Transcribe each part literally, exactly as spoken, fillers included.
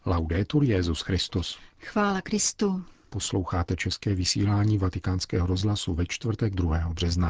Laudetur Jesus Christus. Chvála Kristu. Posloucháte české vysílání Vatikánského rozhlasu ve čtvrtek druhého března.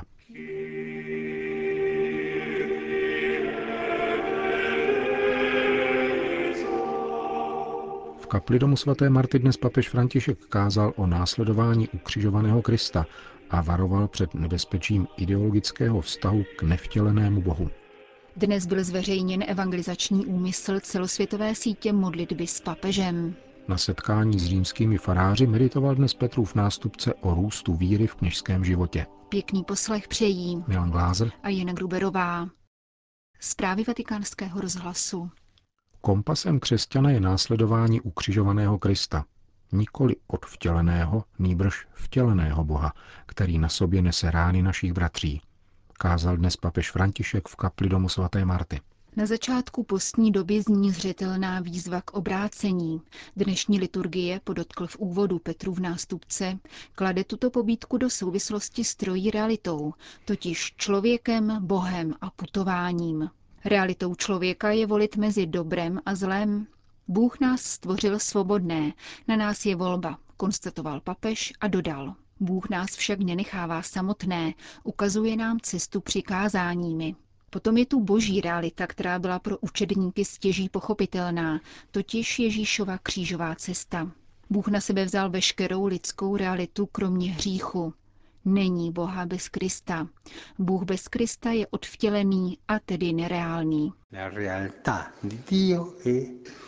V kapli domu svaté Marty dnes papež František kázal o následování ukřižovaného Krista a varoval před nebezpečím ideologického vztahu k nevtělenému Bohu. Dnes byl zveřejněn evangelizační úmysl celosvětové sítě modlitby s papežem. Na setkání s římskými faráři meditoval dnes Petrův nástupce o růstu víry v kněžském životě. Pěkný poslech přejí Milan Glázer a Jana Gruberová. Zprávy Vatikánského rozhlasu. Kompasem křesťana je následování ukřižovaného Krista, nikoli odvtěleného, nýbrž vtěleného Boha, který na sobě nese rány našich bratří, kázal dnes papež František v kapli domu svaté Marty. Na začátku postní doby zní zřetelná výzva k obrácení. Dnešní liturgie, podotkl v úvodu Petrův nástupce, klade tuto pobídku do souvislosti s trojí realitou, totiž člověkem, Bohem a putováním. Realitou člověka je volit mezi dobrem a zlem. Bůh nás stvořil svobodné, na nás je volba, konstatoval papež a dodal. Bůh nás však nenechává samotné, ukazuje nám cestu přikázáními. Potom je tu boží realita, která byla pro učedníky stěží pochopitelná, totiž Ježíšova křížová cesta. Bůh na sebe vzal veškerou lidskou realitu kromě hříchu. Není Boha bez Krista. Bůh bez Krista je odvtělený a tedy nereálný. La realtà di Dio è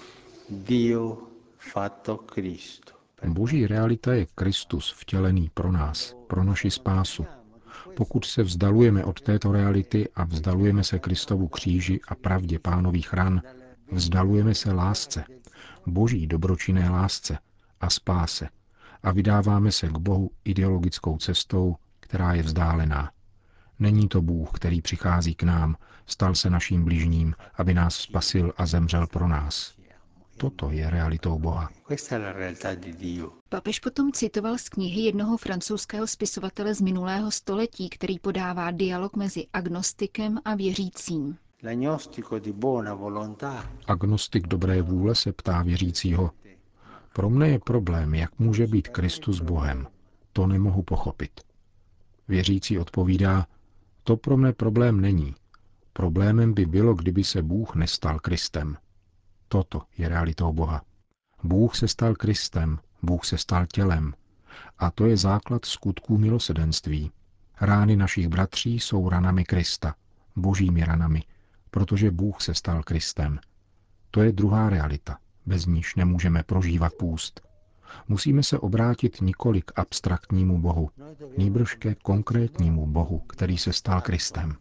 Dio fatto Cristo. Boží realita je Kristus vtělený pro nás, pro naši spásu. Pokud se vzdalujeme od této reality a vzdalujeme se Kristovu kříži a pravdě Pánových ran, vzdalujeme se lásce, Boží dobročinné lásce a spáse a vydáváme se k Bohu ideologickou cestou, která je vzdálená. Není to Bůh, který přichází k nám, stal se naším bližním, aby nás spasil a zemřel pro nás. Toto je realitou Boha. Papež potom citoval z knihy jednoho francouzského spisovatele z minulého století, který podává dialog mezi agnostikem a věřícím. Agnostik dobré vůle se ptá věřícího: pro mne je problém, jak může být Kristus Bohem. To nemohu pochopit. Věřící odpovídá: to pro mne problém není. Problémem by bylo, kdyby se Bůh nestal Kristem. Toto je realitou Boha. Bůh se stal Kristem, Bůh se stal tělem. A to je základ skutků milosedenství. Rány našich bratří jsou ranami Krista, božími ranami, protože Bůh se stal Kristem. To je druhá realita, bez níž nemůžeme prožívat půst. Musíme se obrátit nikoli k abstraktnímu Bohu, nýbrž ke konkrétnímu Bohu, který se stal Kristem.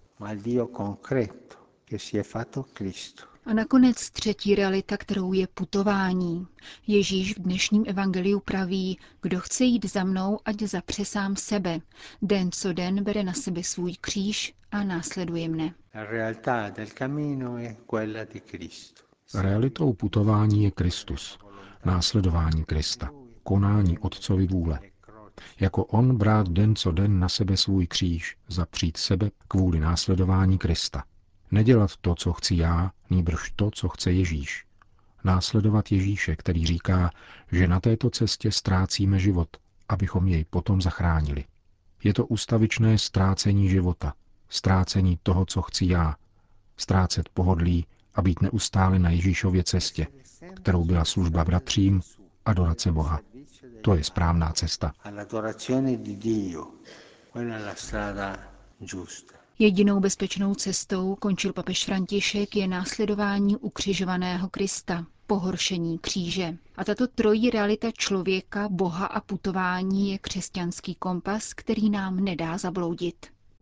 A nakonec třetí realita, kterou je putování. Ježíš v dnešním evangeliu praví: kdo chce jít za mnou, ať zapře sám sebe. Den co den bere na sebe svůj kříž a následuje mne. Realitou putování je Kristus, následování Krista, konání Otcovy vůle. Jako on brát den co den na sebe svůj kříž, zapřít sebe kvůli následování Krista. Nedělat to, co chci já, nýbrž to, co chce Ježíš. Následovat Ježíše, který říká, že na této cestě ztrácíme život, abychom jej potom zachránili. Je to ustavičné ztrácení života, ztrácení toho, co chci já, ztrácet pohodlí a být neustále na Ježíšově cestě, kterou byla služba bratřím, adorace Boha. To je správná cesta. Jedinou bezpečnou cestou, končil papež František, je následování ukřižovaného Krista, pohoršení kříže. A tato trojí realita člověka, Boha a putování je křesťanský kompas, který nám nedá zabloudit.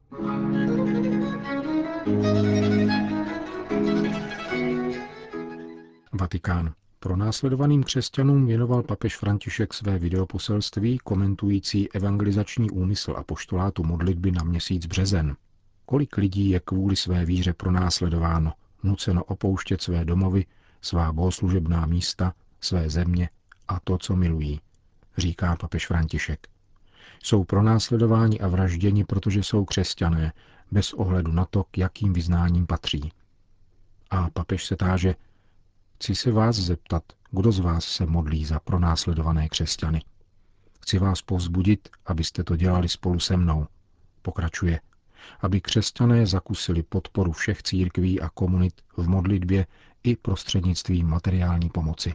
Vatikán. Pronásledovaným křesťanům věnoval papež František své videoposelství komentující evangelizační úmysl apoštolátu modlitby na měsíc březen. Kolik lidí je kvůli své víře pronásledováno, nuceno opouštět své domovy, svá bohoslužebná místa, své země a to, co milují, říká papež František. Jsou pronásledováni a vražděni, protože jsou křesťané, bez ohledu na to, k jakým vyznáním patří. A papež se táže: chci se vás zeptat, Kdo z vás se modlí za pronásledované křesťany? Chci vás povzbudit, abyste to dělali spolu se mnou. Pokračuje, aby křesťané zakusili podporu všech církví a komunit v modlitbě i prostřednictvím materiální pomoci.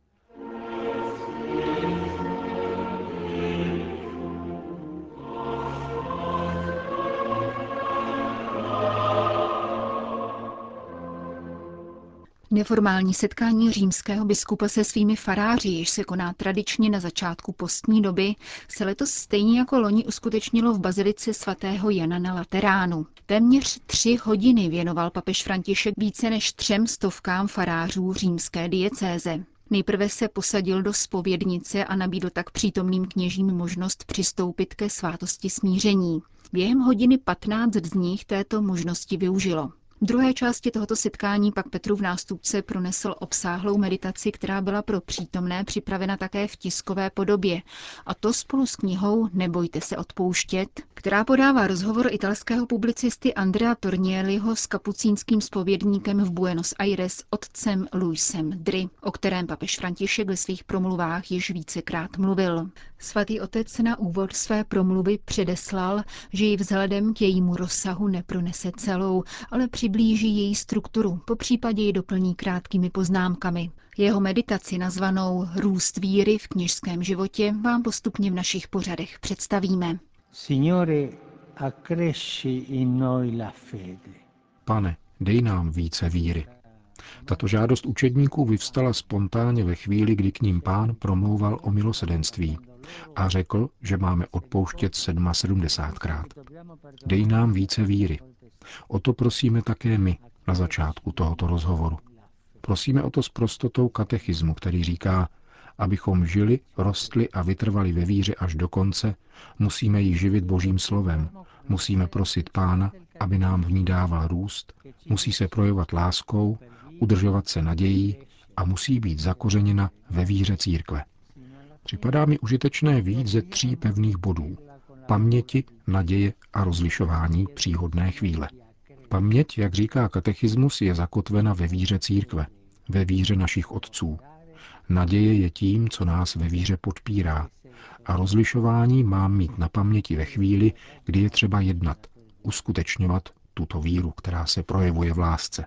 Neformální setkání římského biskupa se svými faráři, jež se koná tradičně na začátku postní doby, se letos stejně jako loni uskutečnilo v bazilice svatého Jana na Lateránu. Téměř tři hodiny věnoval papež František více než třem stovkám farářů římské diecéze. Nejprve se posadil do zpovědnice a nabídl tak přítomným kněžím možnost přistoupit ke svátosti smíření. Během hodiny patnáct z nich této možnosti využilo. V druhé části tohoto setkání pak Petrův nástupce pronesl obsáhlou meditaci, která byla pro přítomné připravena také v tiskové podobě, a to spolu s knihou Nebojte se odpouštět, která podává rozhovor italského publicisty Andrea Tornielliho s kapucínským zpovědníkem v Buenos Aires otcem Luisem Dry, o kterém papež František ve svých promluvách již vícekrát mluvil. Svatý otec na úvod své promluvy předeslal, že ji vzhledem k jejímu rozsahu nepronese celou, ale přiblíží její strukturu, popřípadě ji doplní krátkými poznámkami. Jeho meditaci nazvanou Růst víry v kněžském životě vám postupně v našich pořadech představíme. Signore, accresci in noi la fede. Pane, dej nám více víry. Tato žádost učedníků vyvstala spontánně ve chvíli, kdy k ním Pán promlouval o milosedenství a řekl, že máme odpouštět sedmdesátkrát. Dej nám více víry. O to prosíme také my na začátku tohoto rozhovoru. Prosíme o to s prostotou katechismu, který říká, abychom žili, rostli a vytrvali ve víře až do konce, musíme ji živit Božím slovem, musíme prosit Pána, aby nám v ní dával růst, musí se projevovat láskou, udržovat se nadějí a musí být zakořeněna ve víře církve. Připadá mi užitečné vyjít ze tří pevných bodů. Paměti, naděje a rozlišování příhodné chvíle. Paměť, jak říká katechismus, je zakotvena ve víře církve, ve víře našich otců. Naděje je tím, co nás ve víře podpírá. A rozlišování mám mít na paměti ve chvíli, kdy je třeba jednat, uskutečňovat tuto víru, která se projevuje v lásce.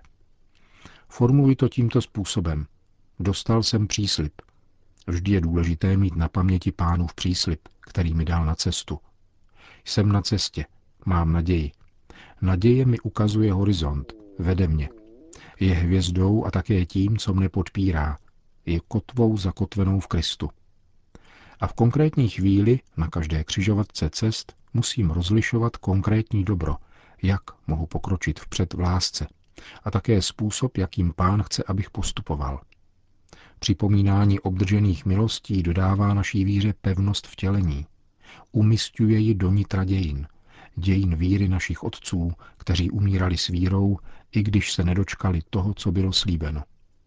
Formuluji to tímto způsobem. Dostal jsem příslib. Vždy je důležité mít na paměti Pánův příslib, který mi dal na cestu. Jsem na cestě, mám naději. Naděje mi ukazuje horizont, vede mě. Je hvězdou a také tím, co mne podpírá. Je kotvou zakotvenou v Kristu. A v konkrétní chvíli, na každé křižovatce cest, musím rozlišovat konkrétní dobro, jak mohu pokročit vpřed v lásce, a také způsob, jakým Pán chce, abych postupoval. Připomínání obdržených milostí dodává naší víře pevnost vtělení. Umisťuje ji do nitra dějin, dějin víry našich otců, kteří umírali s vírou, i když se nedočkali toho, co bylo slíbeno.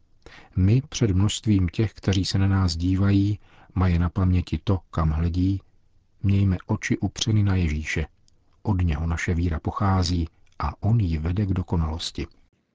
My před množstvím těch, kteří se na nás dívají, mají na paměti to, kam hledí, mějme oči upřeny na Ježíše. Od něho naše víra pochází a on ji vede k dokonalosti.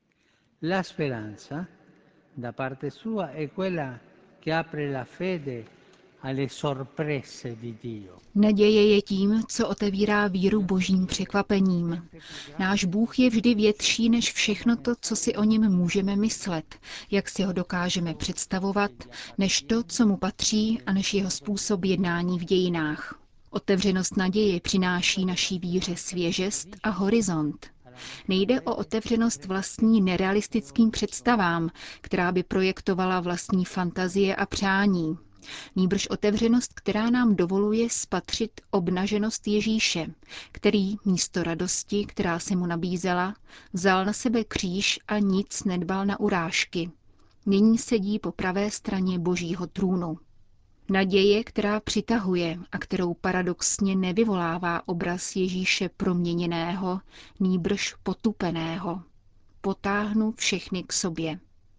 La speranza da parte sua è quella che apre la fede alle sorprese di Dio. Naděje je tím, co otevírá víru božím překvapením. Náš Bůh je vždy větší než všechno to, co si o něm můžeme myslet, jak si ho dokážeme představovat, než to, co mu patří a než jeho způsob jednání v dějinách. Otevřenost naděje přináší naší víře svěžest a horizont. Nejde o otevřenost vlastní nerealistickým představám, která by projektovala vlastní fantazie a přání. Nýbrž otevřenost, která nám dovoluje spatřit obnaženost Ježíše, který místo radosti, která se mu nabízela, vzal na sebe kříž a nic nedbal na urážky. Nyní sedí po pravé straně Božího trůnu. Naděje, která přitahuje a kterou paradoxně nevyvolává obraz Ježíše proměněného, nýbrž potupeného. Potáhnu všechny k sobě.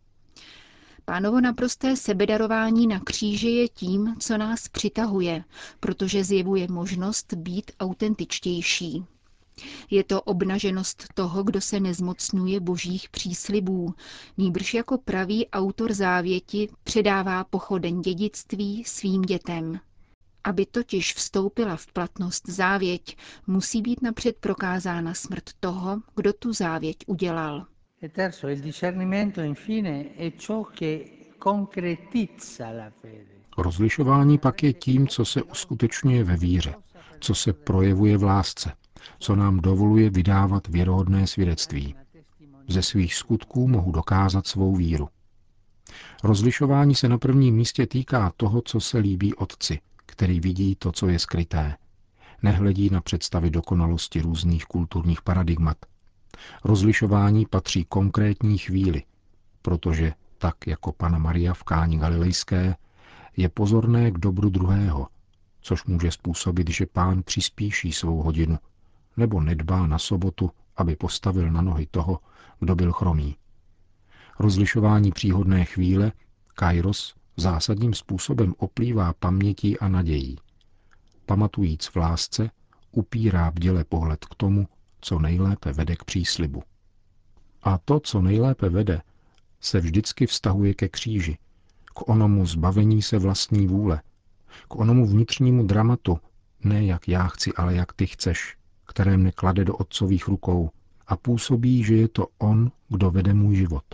Pánovo naprosté sebedarování na kříži je tím, co nás přitahuje, protože zjevuje možnost být autentičtější. Je to obnaženost toho, kdo se nezmocňuje božích příslibů, nýbrž jako pravý autor závěti předává pochodeň dědictví svým dětem. Aby totiž vstoupila v platnost závěť, musí být napřed prokázána smrt toho, kdo tu závěť udělal. E terzo, il discernimento infine è ciò che concretizza la fede. Rozlišování pak je tím, co se uskutečňuje ve víře, co se projevuje v lásce, co nám dovoluje vydávat věrohodné svědectví. Ze svých skutků mohu dokázat svou víru. Rozlišování se na prvním místě týká toho, co se líbí Otci, který vidí to, co je skryté. Nehledí na představy dokonalosti různých kulturních paradigmat. Rozlišování patří konkrétní chvíli, protože, tak jako Panna Maria v Káni Galilejské, je pozorné k dobru druhého, což může způsobit, že Pán přispíší svou hodinu, nebo nedbá na sobotu, aby postavil na nohy toho, kdo byl chromý. Rozlišování příhodné chvíle, kairos, zásadním způsobem oplývá pamětí a nadějí. Pamatujíc v lásce, upírá bděle pohled k tomu, co nejlépe vede k příslibu. A to, co nejlépe vede, se vždycky vztahuje ke kříži, k onomu zbavení se vlastní vůle, k onomu vnitřnímu dramatu, ne jak já chci, ale jak ty chceš, které mne klade do otcových rukou a působí, že je to on, kdo vede můj život.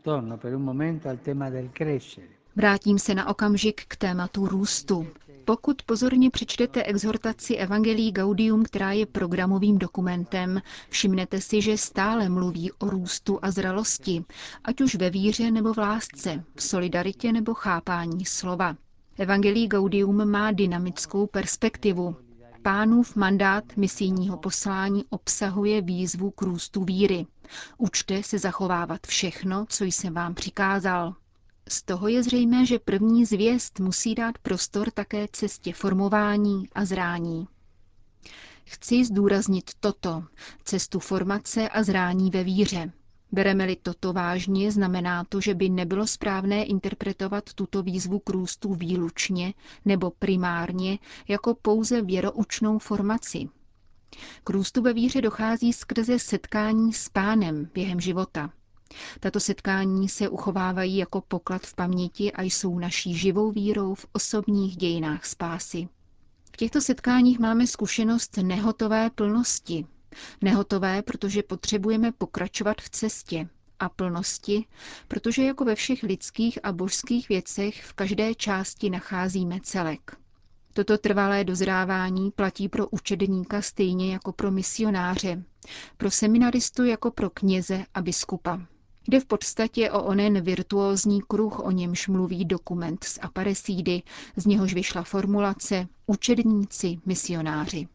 Vrátím se na okamžik k tématu růstu. Pokud pozorně přečtete exhortaci Evangelii Gaudium, která je programovým dokumentem, všimnete si, že stále mluví o růstu a zralosti, ať už ve víře nebo v lásce, v solidaritě nebo chápání slova. Evangelii Gaudium má dynamickou perspektivu. Pánův mandát misijního poslání obsahuje výzvu k růstu víry. Učte se zachovávat všechno, co jsem vám přikázal. Z toho je zřejmé, že první zvěst musí dát prostor také cestě formování a zrání. Chci zdůraznit toto, cestu formace a zrání ve víře. Bereme-li toto vážně, znamená to, že by nebylo správné interpretovat tuto výzvu k růstu výlučně nebo primárně jako pouze věroučnou formaci. K růstu ve víře dochází skrze setkání s Pánem během života. Tato setkání se uchovávají jako poklad v paměti a jsou naší živou vírou v osobních dějinách spásy. V těchto setkáních máme zkušenost nehotové plnosti. Nehotové, protože potřebujeme pokračovat v cestě, a plnosti, protože jako ve všech lidských a božských věcech v každé části nacházíme celek. Toto trvalé dozrávání platí pro učedníka stejně jako pro misionáře, pro seminaristu jako pro kněze a biskupa. Jde v podstatě o onen virtuózní kruh, o němž mluví dokument z Aparecídy, z něhož vyšla formulace učedníci, misionáři.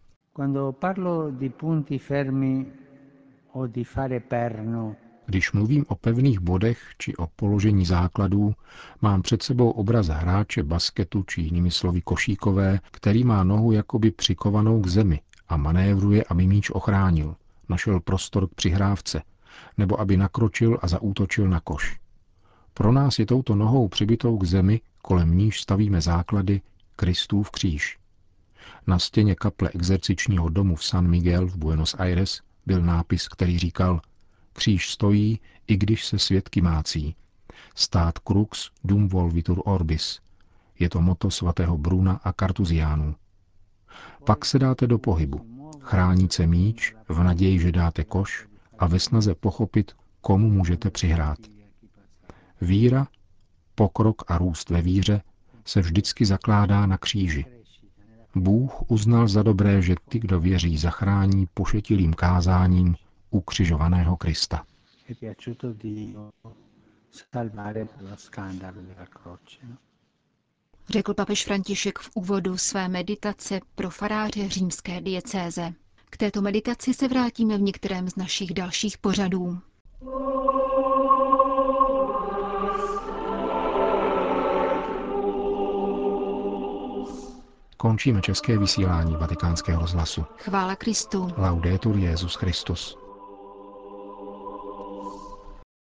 Když mluvím o pevných bodech či o položení základů, mám před sebou obraz hráče basketu či jinými slovy košíkové, který má nohu jakoby přikovanou k zemi a manévruje, aby míč ochránil, našel prostor k přihrávce, nebo aby nakročil a zaútočil na koš. Pro nás je touto nohou přibitou k zemi, kolem níž stavíme základy, Kristův kříž. Na stěně kaple exercičního domu v San Miguel v Buenos Aires byl nápis, který říkal: Kříž stojí, i když se svědky mácí. Stát crux dum volvitur orbis. Je to motto svatého Bruna a Kartuziánů. Pak se dáte do pohybu. Chráníte míč, v naději, že dáte koš, a ve snaze pochopit, komu můžete přihrát. Víra, pokrok a růst ve víře se vždycky zakládá na kříži. Bůh uznal za dobré, že ty, kdo věří, zachrání pošetilým kázáním ukřižovaného Krista. Řekl papež František v úvodu své meditace pro faráře římské diecéze. K této meditaci se vrátíme v některém z našich dalších pořadů. Končíme české vysílání Vatikánského rozhlasu. Chvála Kristu. Laudetur Jesus Christus.